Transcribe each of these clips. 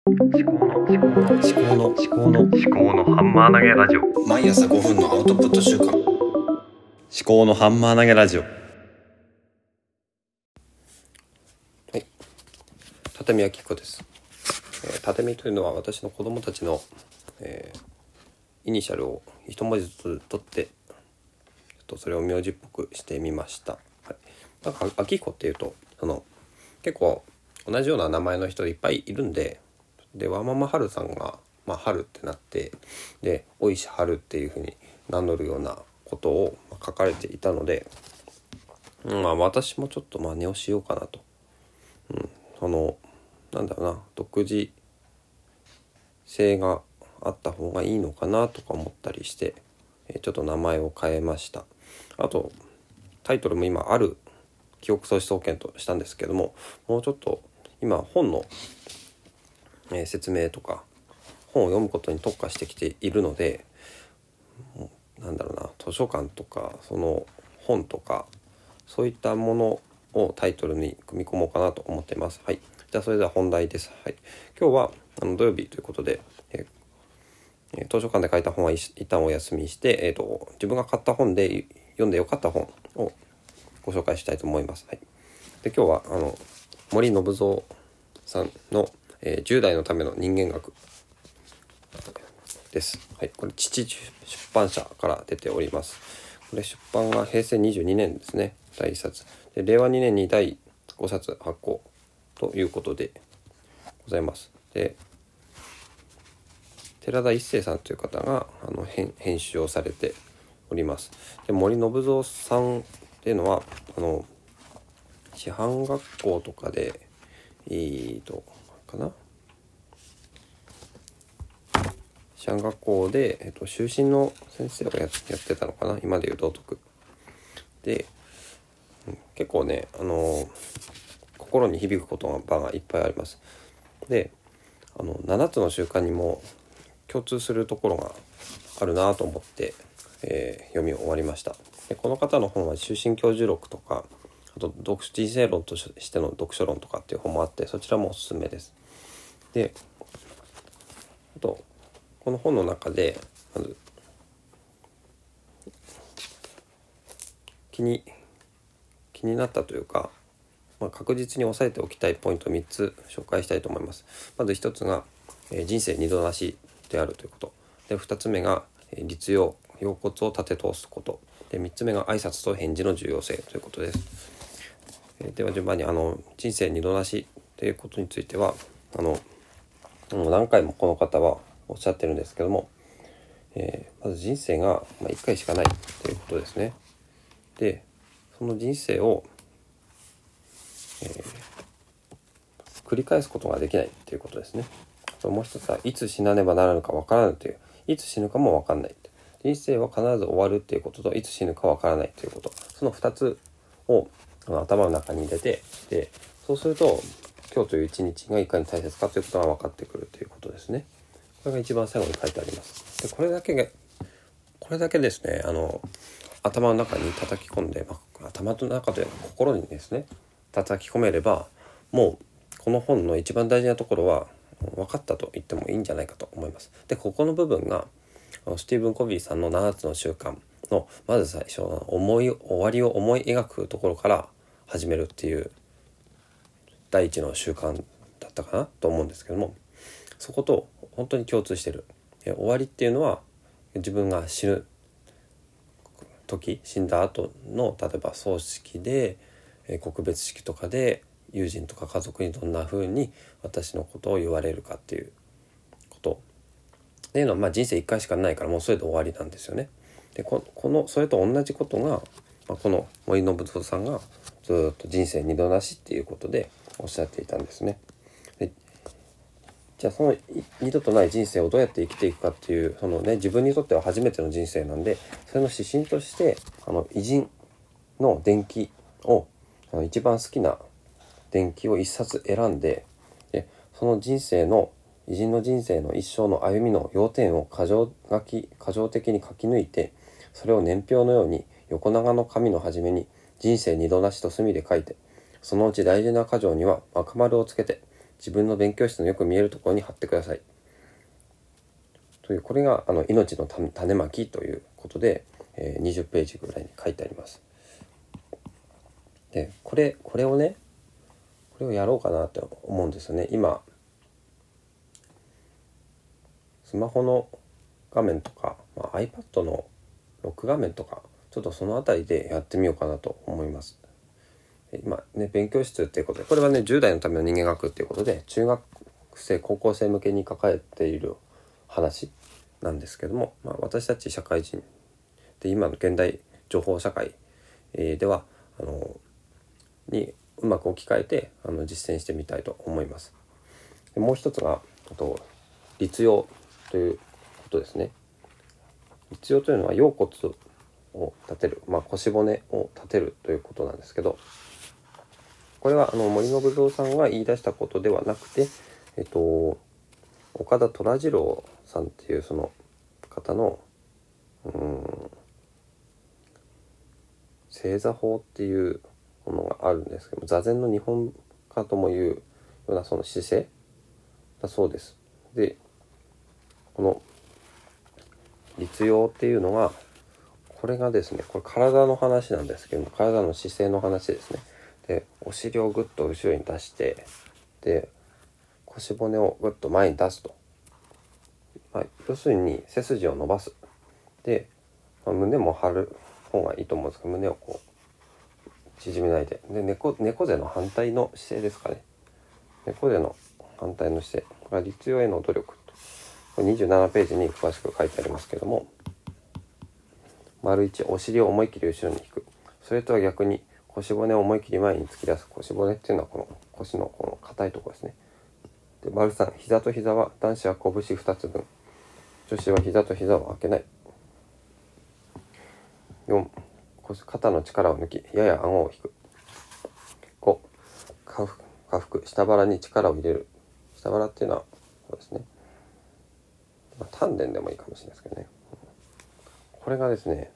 ハンマー投げラジオ。 毎朝5分のアウトプット週間。 思考のハンマー投げラジオ。はい、立見明子です。立見というのは私の子供たちの、イニシャルを一文字ずつ取ってそれを名字っぽくしてみました。はい、なんか明子っていうと結構同じような名前の人いっぱいいるんで、ワママハルさんが春ってなって、で大石春っていう風に名乗るようなことを書かれていたので、私もちょっと真似をしようかなと、独自性があった方がいいのかなとか思ったりして、ちょっと名前を変えました。あとタイトルも今ある記憶喪失保険としたんですけども、もうちょっと今本の、説明とか本を読むことに特化してきているので、図書館とかその本とかそういったものをタイトルに組み込もうかなと思っています。はい、じゃあそれでは本題です。はい、今日は土曜日ということで、図書館で書いた本は一旦お休みして、自分が買った本で読んでよかった本をご紹介したいと思います。はい、で今日は森信蔵さんの、10代のための人間学です。はい、これ父出版社から出ております。これ出版が平成22年ですね、第1冊で、令和2年に第5冊発行ということでございます。で寺田一生さんという方が編集をされております。で森信蔵さんっていうのは師範学校とかで師範学校で、修身の先生をやってたのかな、今でいう道徳で、結構ね心に響く言葉がいっぱいあります。で7つの習慣にも共通するところがあるなと思って、読み終わりました。でこの方の本は修身教授録とか、あと人生論としての読書論とかっていう本もあって、そちらもおすすめです。であとこの本の中でまず気になったというか、確実に押さえておきたいポイントを3つ紹介したいと思います。まず1つが、人生二度なしであるということ。で2つ目が、立用腰骨を立て通すことで、3つ目が挨拶と返事の重要性ということです。では順番に人生二度なしということについては何回もこの方はおっしゃってるんですけども、まず人生が1回しかないということですね。でその人生を、繰り返すことができないということですね。もう一つはいつ死なねばならぬかわからぬという、いつ死ぬかもわかんない。人生は必ず終わるということと、いつ死ぬかわからないということ、その2つを頭の中に入れて、でそうすると今日という一日がいかに大切かということが分かってくるということですね。これが一番最後に書いてあります。でこれだけですね、頭の中に叩き込んで、頭の中で心にですね叩き込めれば、もうこの本の一番大事なところは分かったと言ってもいいんじゃないかと思います。でここの部分がスティーブン・コビーさんの7つの習慣のまず最初の終わりを思い描くところから始めるっていう第一の習慣だったかなと思うんですけども、そこと本当に共通してる。終わりっていうのは自分が死ぬ時、死んだ後の例えば葬式で、告別式とかで友人とか家族にどんな風に私のことを言われるかっていうことっていうのは、人生1回しかないからもうそれで終わりなんですよね。でそれと同じことが、この森信蔵さんがずっと人生二度なしっていうことでおっしゃっていたんですね。でじゃあその二度とない人生をどうやって生きていくかっていう自分にとっては初めての人生なんで、それの指針として偉人の伝記を一番好きな伝記を一冊選んで、その偉人の人生の一生の歩みの要点を箇条的に書き抜いて、それを年表のように横長の紙の端めに人生二度なしと墨で書いて、そのうち大事な箇条には赤丸をつけて、 自分の勉強室のよく見えるところに貼ってくださいという、これが命の種まきということで、20ページぐらいに書いてあります。でこれをね、これをやろうかなと思うんですよね。今スマホの画面とか、iPad のロック画面とか、ちょっとそのあたりでやってみようかなと思います。今ね、勉強室っていうことで、これはね10代のための人間学っていうことで、中学生高校生向けに書かれている話なんですけども、私たち社会人で今の現代情報社会ではにうまく置き換えて実践してみたいと思います。でもう一つが立用ということですね。立用というのは腰骨を立てる、腰骨を立てるということなんですけど、これは森信蔵さんが言い出したことではなくて、岡田虎次郎さんっていうその方の正座法っていうものがあるんですけども、座禅の日本家ともいうようなその姿勢だそうです。でこの立用っていうのが、これがですね、これ体の話なんですけども、体の姿勢の話ですね。でお尻をぐっと後ろに出して、で腰骨をぐっと前に出すと、要するに背筋を伸ばす。で、胸も張る方がいいと思うんですけど、胸をこう縮めないで、で猫背の反対の姿勢ですかね。猫背の反対の姿勢、これは立用への努力と、これ27ページに詳しく書いてありますけれども、丸1、お尻を思い切り後ろに引く。それとは逆に腰骨を思い切り前に突き出す。腰骨っていうのはこの腰のこの硬いところですね。で丸3、膝と膝は男子は拳2つ分、女子は膝と膝を開けない。4、肩の力を抜きやや顎を引く。5、下腹、下腹に力を入れる。下腹っていうのはそうですね、丹田でもいいかもしれないですけどね。これがですね、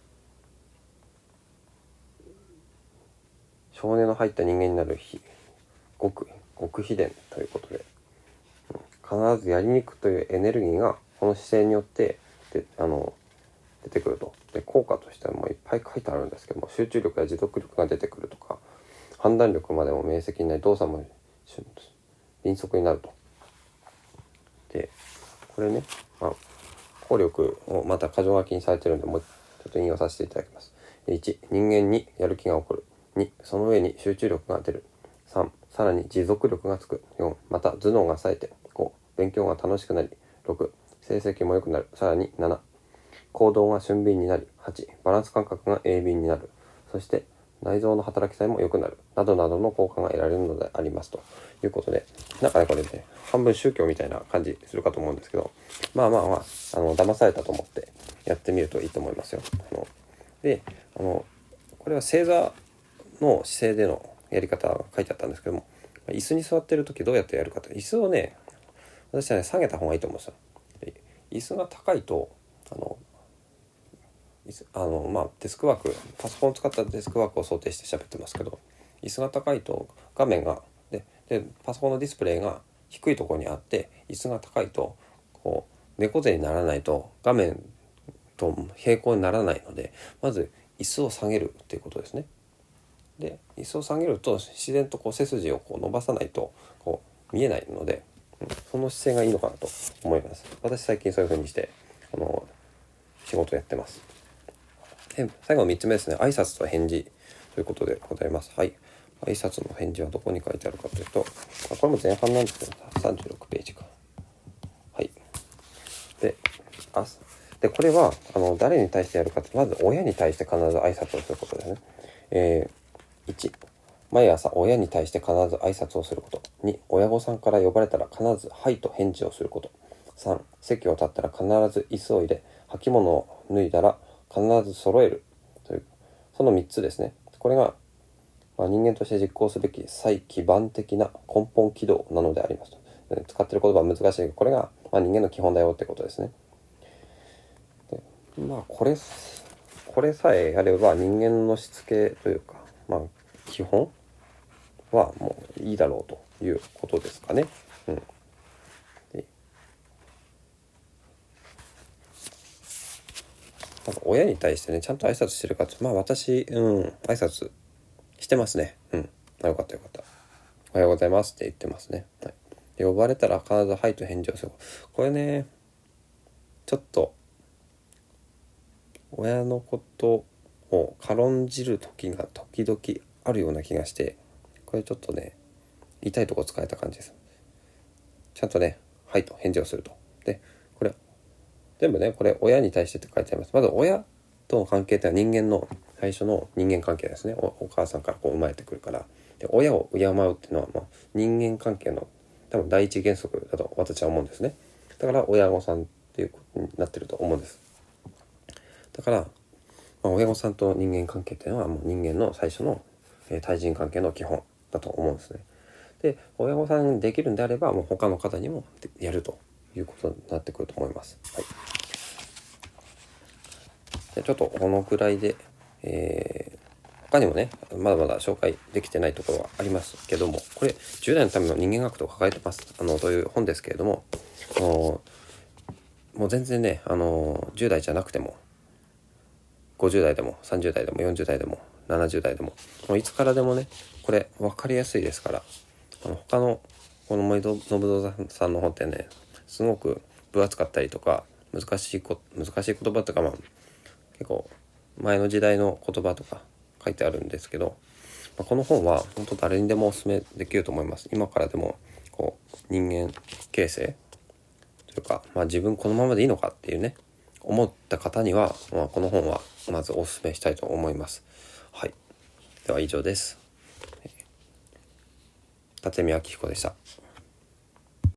少年の入った人間になる極秘伝ということで、必ずやりにくというエネルギーがこの姿勢によって出てくると。で効果としてはもういっぱい書いてあるんですけども、集中力や持続力が出てくるとか、判断力までも明晰になり、動作も迅速になると。でこれね、効力をまた箇条書きにされているので、もうちょっと引用させていただきます。1、人間にやる気が起こる。2、その上に集中力が出る。3、さらに持続力がつく。4、また頭脳が冴えて。5、勉強が楽しくなり。6、成績も良くなる。さらに7、行動が俊敏になり。8、バランス感覚が鋭敏になる。そして内臓の働きさえも良くなる。などなどの効果が得られるのでありますということで、なんかねこれね半分宗教みたいな感じするかと思うんですけど、騙されたと思ってやってみるといいと思いますよ。でこれは正座の姿勢でのやり方が書いてあったんですけども、椅子に座ってる時どうやってやるかと、椅子をね、私はね下げた方がいいと思うんですよ。椅子が高いとデスクワーク、パソコンを使ったデスクワークを想定して喋ってますけど、椅子が高いと画面がでパソコンのディスプレイが低いところにあって、椅子が高いとこう猫背にならないと画面と平行にならないので、まず椅子を下げるっていうことですね。で椅子を下げると自然とこう背筋をこう伸ばさないとこう見えないので、その姿勢がいいのかなと思います。私最近そういう風にして仕事をやってます。で最後の3つ目ですね、挨拶と返事ということでございます。はい、挨拶の返事はどこに書いてあるかというと、これも前半なんですけど36ページか。はい。でこれは誰に対してやるかって、まず親に対して必ず挨拶をすることですね。1、毎朝親に対して必ず挨拶をすること。2、親御さんから呼ばれたら必ずはいと返事をすること。3、席を立ったら必ず椅子を入れ、履物を脱いだら必ず揃えるという、その3つですね。これが、人間として実行すべき最基盤的な根本軌道なのでありますと。使ってる言葉は難しいけど、これが、人間の基本だよってことですね。でこれさえやれば人間のしつけというか、基本はもういいだろうということですかね。でなんか親に対してねちゃんと挨拶してるかって、私挨拶してますね。よかったよかった。おはようございますって言ってますね。はい、で呼ばれたら必ずはいと返事をする。これねちょっと親のことを軽んじる時が時々あるような気がして、これちょっとね痛いとこ使えた感じです。ちゃんとねはいと返事をすると。でこれ全部ねこれ親に対してって書いてあります。まず親との関係ってのは人間の最初の人間関係ですね。お母さんからこう生まれてくるから、で親を敬うっていうのは人間関係の多分第一原則だと私は思うんですね。だから親御さんっていうことになってると思うんです。だから、親御さんと人間関係っていうのはもう人間の最初の、対人関係の基本だと思うんですね。で親御さんできるんであればもう他の方にもやるということになってくると思います。はい、でちょっとこのくらいで、他にもねまだまだ紹介できてないところはありますけども、これ10代のための人間学と書かれてますという本ですけれども、もう全然ね10代じゃなくても50代でも30代でも40代でも70代でもいつからでもねこれ分かりやすいですから、他のこの森信蔵さんの本ってねすごく分厚かったりとか難しい言葉とか結構前の時代の言葉とか書いてあるんですけど、この本は本当誰にでもお勧めできると思います。今からでもこう人間形成というか、自分このままでいいのかっていうね思った方には、この本はまずお勧めしたいと思います。はい、では以上です。立見明彦でした。